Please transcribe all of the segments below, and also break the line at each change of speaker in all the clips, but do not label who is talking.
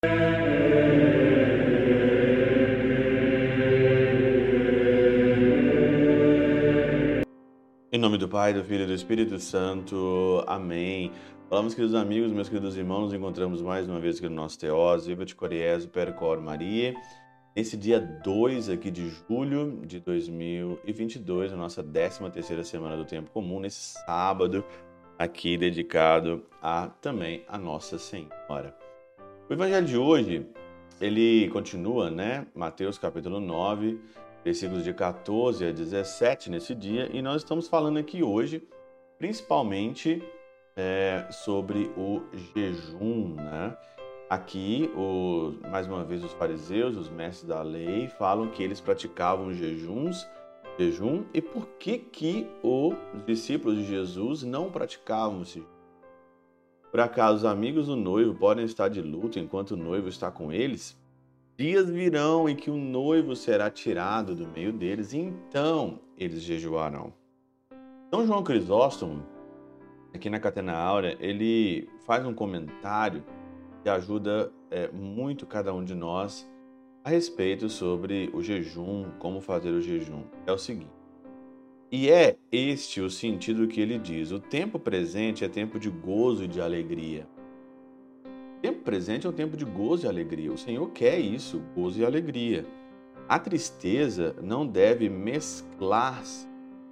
Em nome do Pai, do Filho e do Espírito Santo. Amém. Olá, meus queridos amigos, meus queridos irmãos, nos encontramos mais uma vez aqui no nosso Teós, Viva de Coriésio, Percor Maria. Nesse dia 2 aqui de julho de 2022, a nossa 13ª semana do Tempo Comum, nesse sábado aqui dedicado também a Nossa Senhora. O Evangelho de hoje, ele continua, Mateus capítulo 9, versículos de 14 a 17 nesse dia, e nós estamos falando aqui hoje, principalmente sobre o jejum, Aqui, mais uma vez, os fariseus, os mestres da lei, falam que eles praticavam jejum, e por que os discípulos de Jesus não praticavam esse jejum? Por acaso, os amigos do noivo podem estar de luto enquanto o noivo está com eles? Dias virão em que o noivo será tirado do meio deles, e então eles jejuarão. São João Crisóstomo, aqui na Catena Áurea, ele faz um comentário que ajuda muito cada um de nós a respeito sobre o jejum, como fazer o jejum. É o seguinte: e é este o sentido que ele diz: o tempo presente é tempo de gozo e de alegria. O tempo presente é um tempo de gozo e alegria. O Senhor quer isso, gozo e alegria. A tristeza não deve mesclar-se.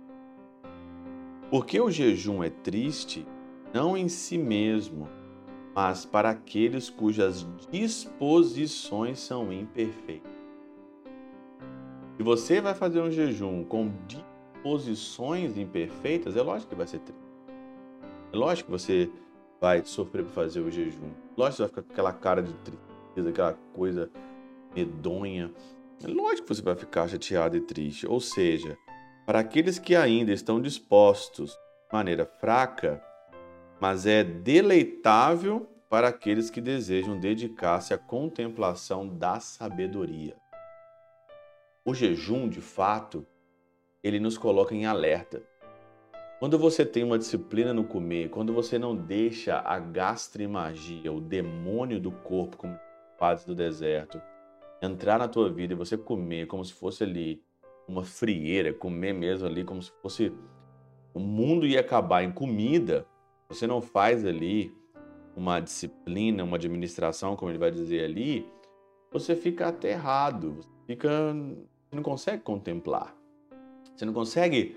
Porque o jejum é triste, não em si mesmo, mas para aqueles cujas disposições são imperfeitas. Se você vai fazer um jejum com disposições imperfeitas, é lógico que vai ser triste. É lógico que você vai sofrer para fazer o jejum. Lógico que você vai ficar com aquela cara de tristeza, aquela coisa medonha. É lógico que você vai ficar chateado e triste. Ou seja, para aqueles que ainda estão dispostos de maneira fraca, mas é deleitável para aqueles que desejam dedicar-se à contemplação da sabedoria. O jejum, de fato, ele nos coloca em alerta. Quando você tem uma disciplina no comer, quando você não deixa a gastrimagia, o demônio do corpo, como os padres do deserto, entrar na tua vida e você comer como se fosse ali uma frieira, comer mesmo ali como se fosse o mundo ia acabar em comida, você não faz ali uma disciplina, uma administração, como ele vai dizer ali, você fica aterrado, você não consegue contemplar, você não consegue,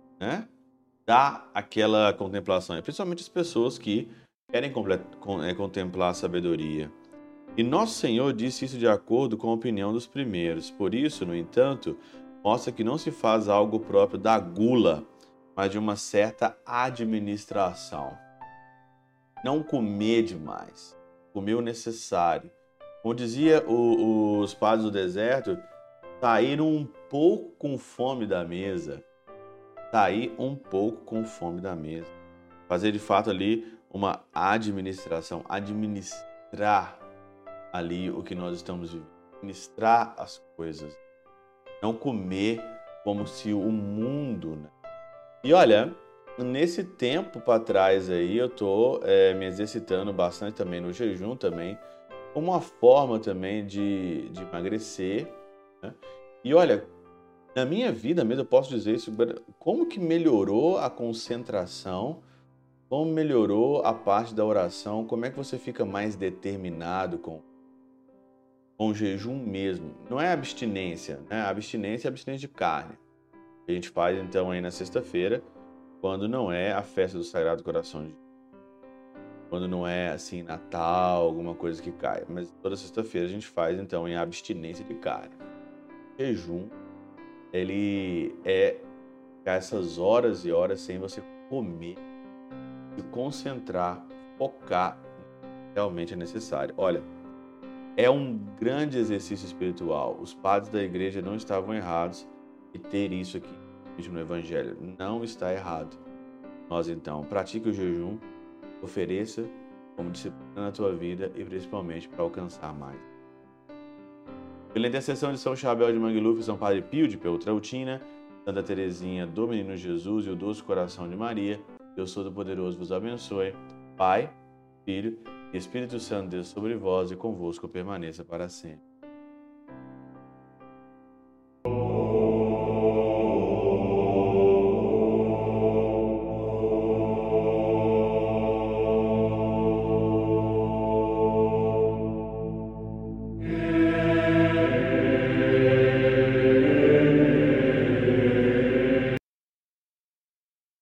dar aquela contemplação, principalmente as pessoas que querem contemplar a sabedoria. E Nosso Senhor disse isso de acordo com a opinião dos primeiros. Por isso, no entanto, mostra que não se faz algo próprio da gula, mas de uma certa administração. Não comer demais, comer o necessário. Como dizia os padres do deserto, sair um pouco com fome da mesa. Sair um pouco com fome da mesa. Fazer de fato ali uma administração, administrar ali o que nós estamos vivendo, administrar as coisas. Não comer como se o mundo... E olha, nesse tempo para trás aí, eu tô me exercitando bastante também no jejum também, como uma forma também de emagrecer, E olha, na minha vida mesmo eu posso dizer isso, como que melhorou a concentração, como melhorou a parte da oração, como é que você fica mais determinado com o jejum mesmo. Não é abstinência, A abstinência é abstinência de carne. A gente faz então aí na sexta-feira, quando não é a festa do Sagrado Coração de Jesus. Quando não é assim Natal, alguma coisa que cai. Mas toda sexta-feira a gente faz então em abstinência de carne. O jejum, ele é ficar essas horas e horas sem você comer, se concentrar, focar no que realmente é necessário. Olha, é um grande exercício espiritual. Os padres da igreja não estavam errados em ter isso aqui no Evangelho. Não está errado. Nós, então, pratique o jejum, ofereça como disciplina na tua vida e principalmente para alcançar mais. Pela intercessão de São Chabel de Mangluf e São Padre Pio de Peltrautina, Santa Teresinha do Menino Jesus e o Doce Coração de Maria, Deus Todo-Poderoso vos abençoe. Pai, Filho Espírito Santo, Deus sobre vós e convosco permaneça para sempre.